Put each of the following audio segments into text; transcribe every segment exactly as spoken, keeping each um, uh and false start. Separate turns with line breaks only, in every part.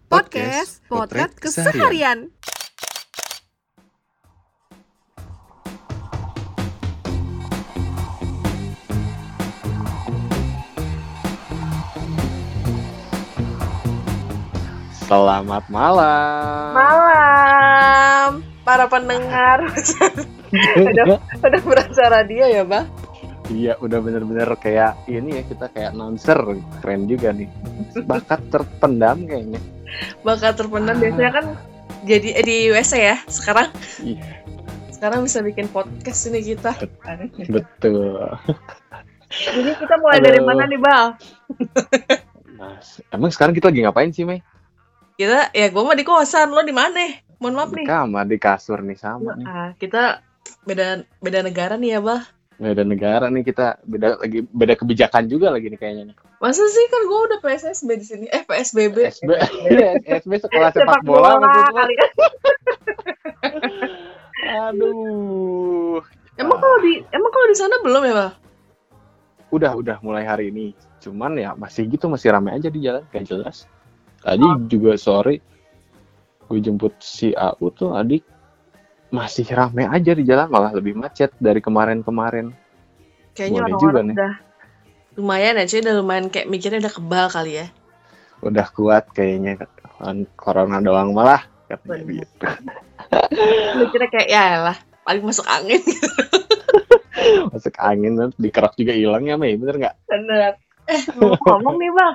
Podcast Potret Keseharian.
Selamat malam.
Malam para pendengar. udah, udah berasa radio ya, Bang?
Iya, udah bener-bener kayak ini ya, kita kayak announcer. Keren juga nih. Bakat terpendam kayaknya.
Bakat terpendam biasanya kan jadi eh, di W C ya. Sekarang
Iya,
sekarang bisa bikin podcast ini kita.
betul.
Jadi kita mulai dari
Aduh.
mana nih, Bang?
Mas, emang sekarang kita lagi ngapain sih, Mei?
Kita ya gue mah di kosan, lo di mana? Mohon maaf
Di
nih.
kamar, di kasur nih sama nih.
Ah, kita beda beda negara nih ya, Bang.
Beda negara nih kita, beda lagi beda kebijakan juga lagi nih kayaknya nih.
Masa sih kan gue udah P S S B di sini. Eh P S B B.
S B, S B sekolah sepak bola maksud lo?
kali kan.
Aduh.
Emang kalau di emang kalau di sana belum ya, Bang?
Udah, udah mulai hari ini. Cuman ya masih gitu, masih ramai aja di jalan, kayak jelas. Tadi
Oh.
juga sore gue jemput si A U tuh, adik masih ramai aja di jalan, malah lebih macet dari kemarin-kemarin.
Kayaknya
Boleh
orang-orang
juga nih.
udah lumayan ya, cuy, udah lumayan kayak mikirnya udah kebal kali ya.
Udah kuat kayaknya, kan corona doang malah katanya
Bener.
gitu.
Mikirnya kayak ya lah, paling masuk angin.
Masuk angin, dikerak juga hilang ya, Mei, bener nggak?
Bener. Eh, ngomong nih, Bang.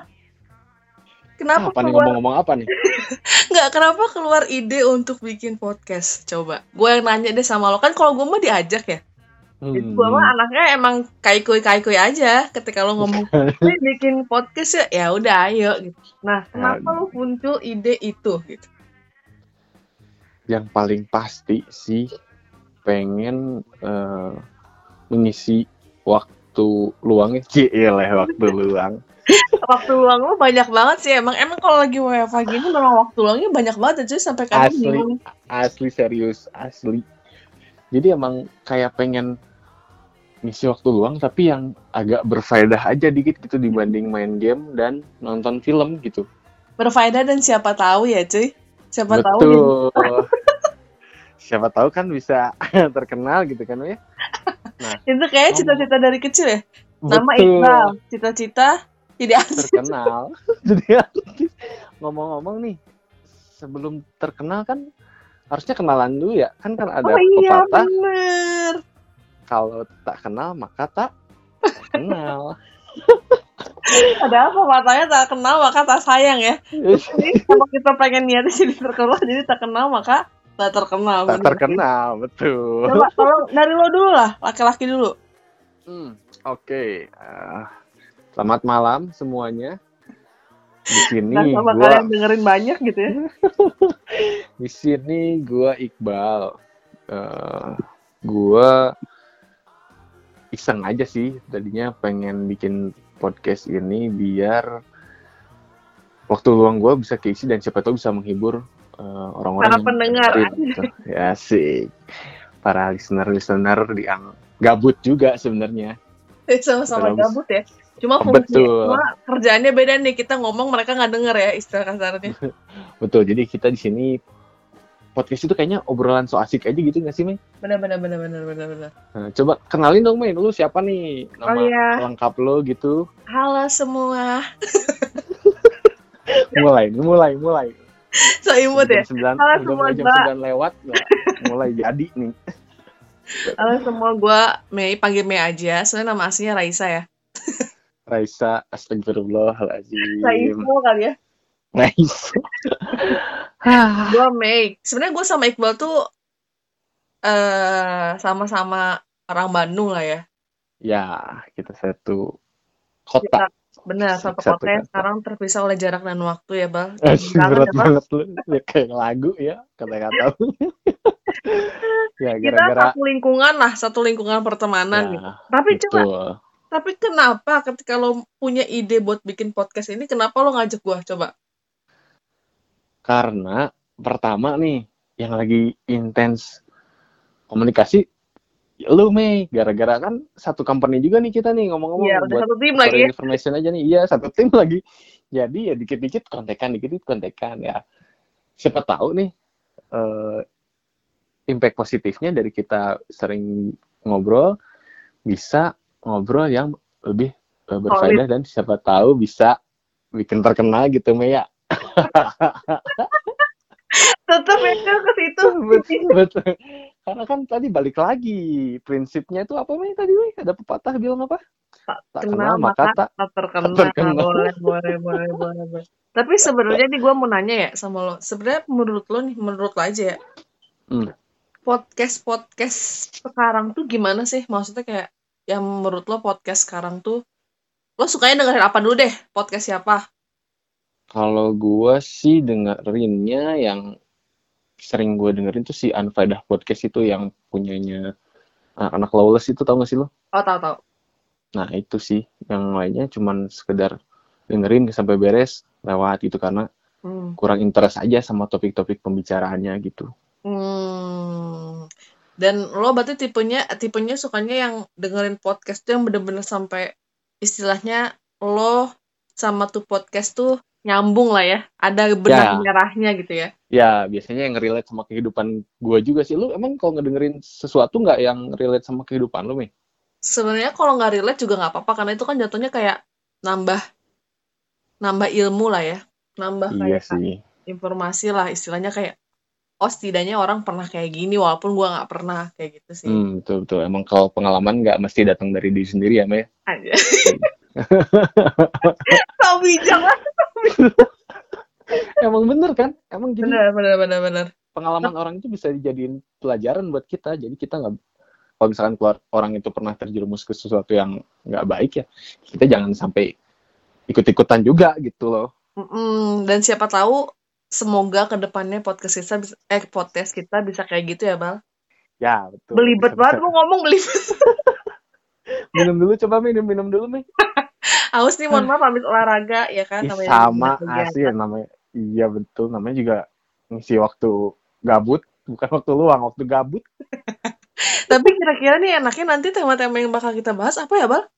Kenapa
Apa nih,
keluar
ngomong-ngomong apa nih?
nggak kenapa keluar ide untuk bikin podcast? Coba. Gue yang nanya deh sama lo, kan kalau gue mah diajak ya. Jadi gue mah
Hmm.
anaknya emang kaikuy-kaikuy aja. Ketika lo ngomong, "Eh, bikin podcast ya," ya udah ayo gitu. Nah, kenapa lo muncul ide itu gitu?
Yang paling pasti sih pengen eh, mengisi waktu luangnya, cilah waktu luang.
Waktu luang lo banyak banget sih emang. Emang kalau lagi W F H gini memang waktu luangnya banyak banget ya, cuy, sampai kadang
Asli,
bingung.
asli serius, asli. Jadi emang kayak pengen ngisi waktu luang tapi yang agak berfaedah aja dikit gitu dibanding main game dan nonton film gitu.
Berfaedah dan siapa tahu ya, cuy. Siapa tahu nih.
Betul. Siapa tahu kan bisa terkenal gitu kan ya. Nah,
Itu kayak
ngomong-
cita-cita dari kecil ya. Nama
betul.
Iqbal, cita-cita jadi artis.
Terkenal. Jadi artis. Ngomong-ngomong nih, sebelum terkenal kan harusnya kenalan dulu ya. Kan kan ada
Oh iya,
pepatah,
bener.
kalau tak kenal maka tak kenal.
Ada apa matanya tak kenal maka tak sayang ya. Jadi kalau kita pengen niatnya jadi terkenal, jadi tak kenal maka tak terkenal.
Tak
bener.
terkenal, betul.
Coba tolong dari lo dulu lah, laki-laki dulu.
Hmm, Oke, Eh, selamat malam semuanya. Di sini
Nah, sama
gua,
kalian dengerin banyak gitu ya.
di sini gua Iqbal. Eh, gua iseng aja sih, tadinya pengen bikin podcast ini biar waktu luang gua bisa keisi dan siapa tahu bisa menghibur eh, orang-orang
Para
yang
pendengar.
dengerin gitu. Ya sih, para listener-listener yang gabut juga sebenarnya.
Eh, sama-sama
Terus.
gabut ya. Cuma
Oh,
fungsi,
betul.
cuma kerjaannya beda nih. Kita ngomong mereka nggak denger ya, istilah kasarnya.
Betul, jadi kita di sini podcast itu kayaknya obrolan so asik aja gitu nggak sih, Mei?
Bener bener bener bener bener bener.
Nah, coba kenalin dong, Mei, lu siapa nih? Nama
Oh iya.
lengkap lo gitu.
Halo semua.
Mulai, mulai, mulai.
So imut ya.
Jam sembilan,
Halo
udah
semua,
mulai jam
Mbak.
sembilan lewat, nah, mulai jadi nih.
Halo semua, gue Mei, panggil Mei aja. Soalnya nama aslinya Raisa ya.
Raisa, astagfirullahaladzim.
Raisa kali ya.
Raisa.
Gue Mei. Sebenarnya gue sama Iqbal tuh eh sama-sama orang Bandung lah ya.
Ya, kita satu kota.
Kita benar satu
Satu
kota yang
kota.
sekarang terpisah oleh jarak dan waktu ya, Bang.
Asik,
Kangen
berat
ya, Bang.
banget lu. Ya, kayak lagu ya, kata-kata. Ya,
Kita
gara-gara.
satu lingkungan lah, satu lingkungan pertemanan gitu.
Ya,
Tapi coba,
betul.
tapi kenapa ketika lo punya ide buat bikin podcast ini, kenapa lo ngajak gue? Coba.
Karena pertama nih yang lagi intens komunikasi lu Mei, gara-gara kan satu company juga nih kita nih ngomong-ngomong
Iya, udah
buat
satu tim
for
lagi ya.
information aja nih. Iya, satu tim lagi. Jadi ya dikit-dikit kontekan, dikit-dikit kontekan ya. Siapa tahu nih eh, impact positifnya dari kita sering ngobrol bisa ngobrol yang lebih eh, berfaedah dan siapa tahu bisa bikin terkenal gitu Mei ya.
Tetap ya ke situ.
betul betul karena kan tadi balik lagi prinsipnya itu apa Mei tadi Mei ada pepatah bilang apa
Tak
tak
kenal
kenal maka
maka
tak
tak terkenal.
terkenal.
Boleh, boleh, boleh, boleh, boleh. Tapi sebenarnya nih gue mau nanya ya sama lo. Sebenarnya menurut lo nih, menurut lo aja ya.
Hmm.
Podcast podcast sekarang tuh gimana sih? Maksudnya kayak yang menurut lo podcast sekarang tuh lo sukanya dengerin apa dulu deh? Podcast siapa?
Kalau gue sih dengerinnya yang sering gue dengerin tuh si Unfaedah Podcast itu yang punyanya anak-anak Lawless itu tau gak sih lo?
Oh, tahu tahu.
Nah itu sih yang lainnya cuman sekedar dengerin sampai beres lewat itu karena
Hmm.
kurang interest aja sama topik-topik pembicaraannya gitu.
Hmm. Dan lo berarti tipenya tipenya sukanya yang dengerin podcast tuh yang bener-bener sampai istilahnya lo sama tuh podcast tuh nyambung lah ya, ada benang
Ya.
merahnya gitu ya.
Ya biasanya yang relate sama kehidupan gue juga sih. Lu emang kalau ngedengerin sesuatu nggak yang relate sama kehidupan lu, Mi?
Sebenarnya kalau nggak relate juga nggak apa-apa karena itu kan jatuhnya kayak nambah nambah ilmu lah ya, nambah
Iya
kayak
sih.
informasi lah istilahnya kayak oh setidaknya orang pernah kayak gini walaupun gua nggak pernah kayak gitu sih.
Hmm, betul betul. Emang kalau pengalaman nggak mesti datang dari diri sendiri ya, Mi?
Aja. So bijak lah.
Emang bener kan? Emang jadi
Bener bener bener bener.
pengalaman orang itu bisa dijadiin pelajaran buat kita. Jadi kita nggak, kalau misalkan keluar orang itu pernah terjerumus ke sesuatu yang nggak baik ya, kita jangan sampai ikut-ikutan juga gitu loh.
Mm-mm. Dan siapa tahu semoga kedepannya podcast kita bisa, eh podcast kita bisa kayak gitu ya Bal.
Ya betul.
Belibet banget gue ngomong belibet.
Minum dulu coba minum minum dulu Mi.
Haus nih mohon maaf habis olahraga ya kan.
Ih, sama asli namanya. Iya betul namanya juga ngisi waktu gabut bukan waktu luang waktu gabut.
Tapi kira-kira nih enaknya nanti tema-tema yang bakal kita bahas apa ya Bal?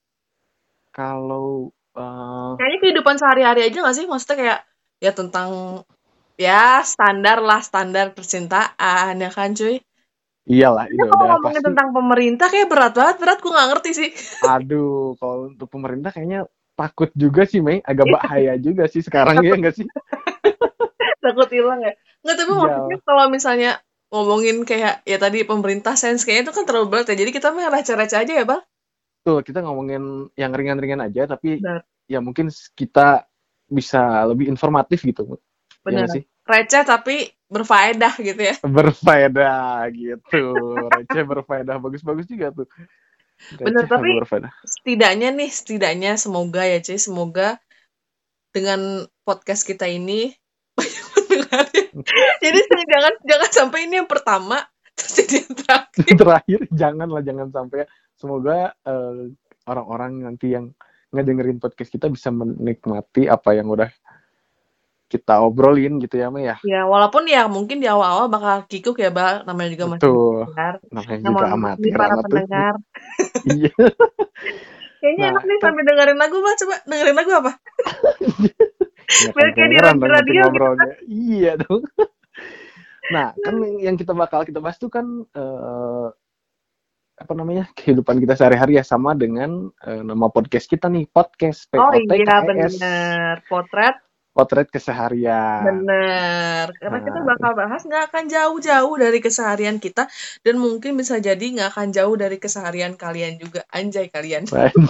Kalau uh...
kayaknya kehidupan sehari-hari aja nggak sih? Maksudnya kayak ya tentang ya standar lah standar percintaan ya kan cuy.
Iyalah
ini kalau ngomongin pasti... tentang pemerintah kayak berat banget berat gue nggak ngerti sih.
Aduh kalau untuk pemerintah kayaknya takut juga sih Mei agak bahaya juga sih sekarang ya nggak sih?
Takut hilang ya? Nggak tapi maksudnya kalau misalnya ngomongin kayak ya tadi pemerintah sains kayaknya itu kan terlalu berat ya jadi kita mah receh-receh aja ya Bang.
Tuh kita ngomongin yang ringan-ringan aja tapi Benar. Ya mungkin kita bisa lebih informatif gitu.
Benar. Ya, sih? Receh tapi berfaedah gitu ya.
Berfaedah gitu. Receh berfaedah bagus-bagus juga tuh. Receh
benar tapi berfaedah. Setidaknya nih setidaknya semoga ya cuy semoga dengan podcast kita ini banyak pendengarin. Jadi jangan jangan sampai ini yang pertama terus jadi yang terakhir.
Terakhir janganlah jangan sampai. Semoga uh, orang-orang nanti yang ngedengerin podcast kita bisa menikmati apa yang udah kita obrolin gitu ya Mei ya.
Ya walaupun ya mungkin di awal-awal bakal kikuk ya Bang, namanya juga masih
pendengar. Namanya
Namun,
juga amatir
para pendengar.
Iya.
Kayaknya nah, enak nih sambil dengerin lagu Bang, coba dengerin lagu apa? Biar kayak di radio gitu kan.
Iya dong. Nah, kan yang kita bakal kita bahas tuh kan uh, apa namanya kehidupan kita sehari-hari ya sama dengan uh, nama podcast kita nih podcast P O T K S. Oh
iya benar potret
potret keseharian.
Benar karena nah. kita bakal bahas nggak akan jauh-jauh dari keseharian kita dan mungkin bisa jadi nggak akan jauh dari keseharian kalian juga anjay kalian.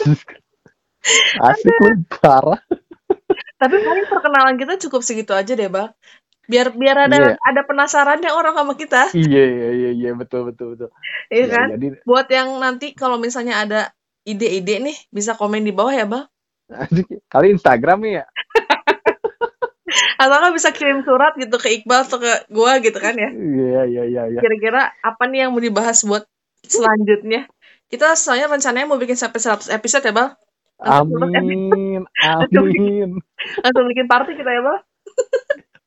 Asik lu parah.
Tapi paling perkenalan kita cukup segitu aja deh Bang. biar biar ada yeah. ada penasarannya orang sama kita.
Iya iya iya iya betul betul betul.
Iya kan? Ya, jadi... Buat yang nanti kalau misalnya ada ide-ide nih bisa komen di bawah ya, Bang.
Kali Instagram ya.
Atau kan bisa kirim surat gitu ke Iqbal atau ke gua gitu kan ya.
Iya iya iya iya.
Kira-kira apa nih yang mau dibahas buat selanjutnya? Kita soalnya rencananya mau bikin sampai seratus episode ya, Bang.
Amin. Amin.
Langsung bikin party kita ya, Bang.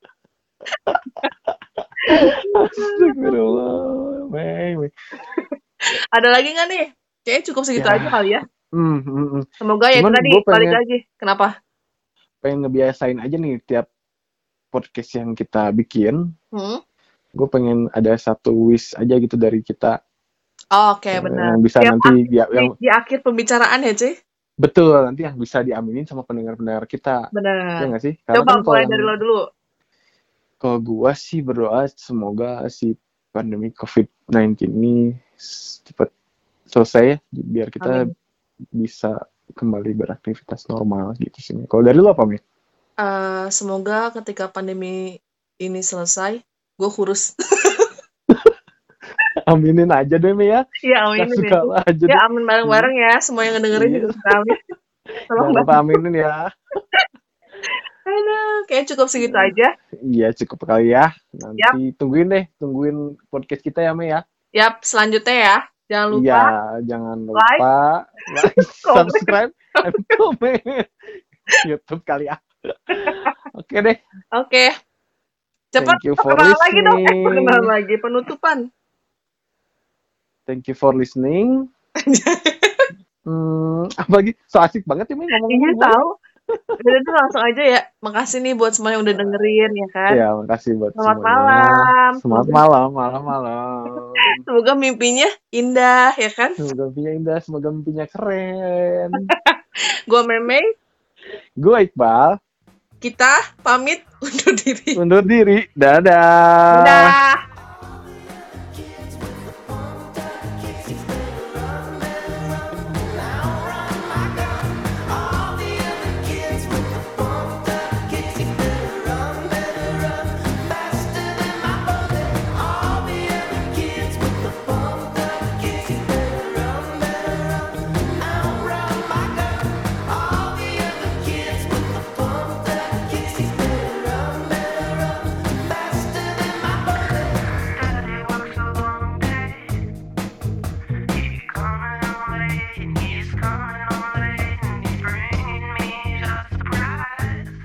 Astagfirullah, Mei, Mei.
Ada lagi nggak nih? Kayaknya cukup segitu
Ya.
aja kali ya.
Hmm, hmm, hmm.
Semoga ya itu
Cuman
tadi
gue
balik
pengen
lagi. Kenapa?
pengen ngebiasain aja nih tiap podcast yang kita bikin.
Hmm?
Gue pengen ada satu wish aja gitu dari kita
Oh, Oke,
eh,
benar.
yang bisa
Tiap
nanti
akhir,
dia
di,
yang
di akhir pembicaraan ya, cuy.
betul nanti yang bisa diaminin sama pendengar-pendengar kita. Ya
Benar.
nggak sih? Karena
Coba
kan kalau
mulai
yang
dari lo dulu.
kalau gua sih berdoa semoga si pandemi covid sembilan belas ini cepat selesai ya, biar kita
Amin.
bisa kembali beraktivitas normal gitu sih. Kalau dari lo apa, Mi?
Eh, semoga ketika pandemi ini selesai, gue kurus.
Aminin aja deh, Mi ya.
Iya,
Suka
aminin ya,
suka
cuy.
aja
Ya,
deh.
amin bareng-bareng ya. Semua yang ngedengerin
Iya,
juga kita amin. Tolong
jangan lupa
bantu.
aminin ya.
Aduh, kayaknya cukup segitu aja.
Iya, cukup kali ya.
Yap,
Nanti tungguin deh, tungguin podcast kita ya, Mi ya.
yap. Selanjutnya ya. Jangan
Iya,
lupa
jangan
like,
lupa like,
comment.
subscribe, and comment. YouTube kali ya. Oke deh.
Oke. Cepat
Thank you for
perkenalan lagi dong. Eh, perkenalan
listening.
lagi. Penutupan.
Thank you for listening. Hmm, apa lagi? So asik banget ya, Mi,
Iya
ngomong-ngomong gue.
tahu. Udah tuh langsung aja ya. Makasih nih buat semua yang udah dengerin ya kan.
Ya, makasih buat
Selamat
semuanya.
malam.
Semangat
Semoga,
malam, malam, malam.
semoga mimpinya indah ya kan.
Semoga mimpinya indah, semoga mimpinya keren.
Gua Memei.
Gue Iqbal.
Kita pamit undur diri.
Undur diri. Dadah.
Dadah.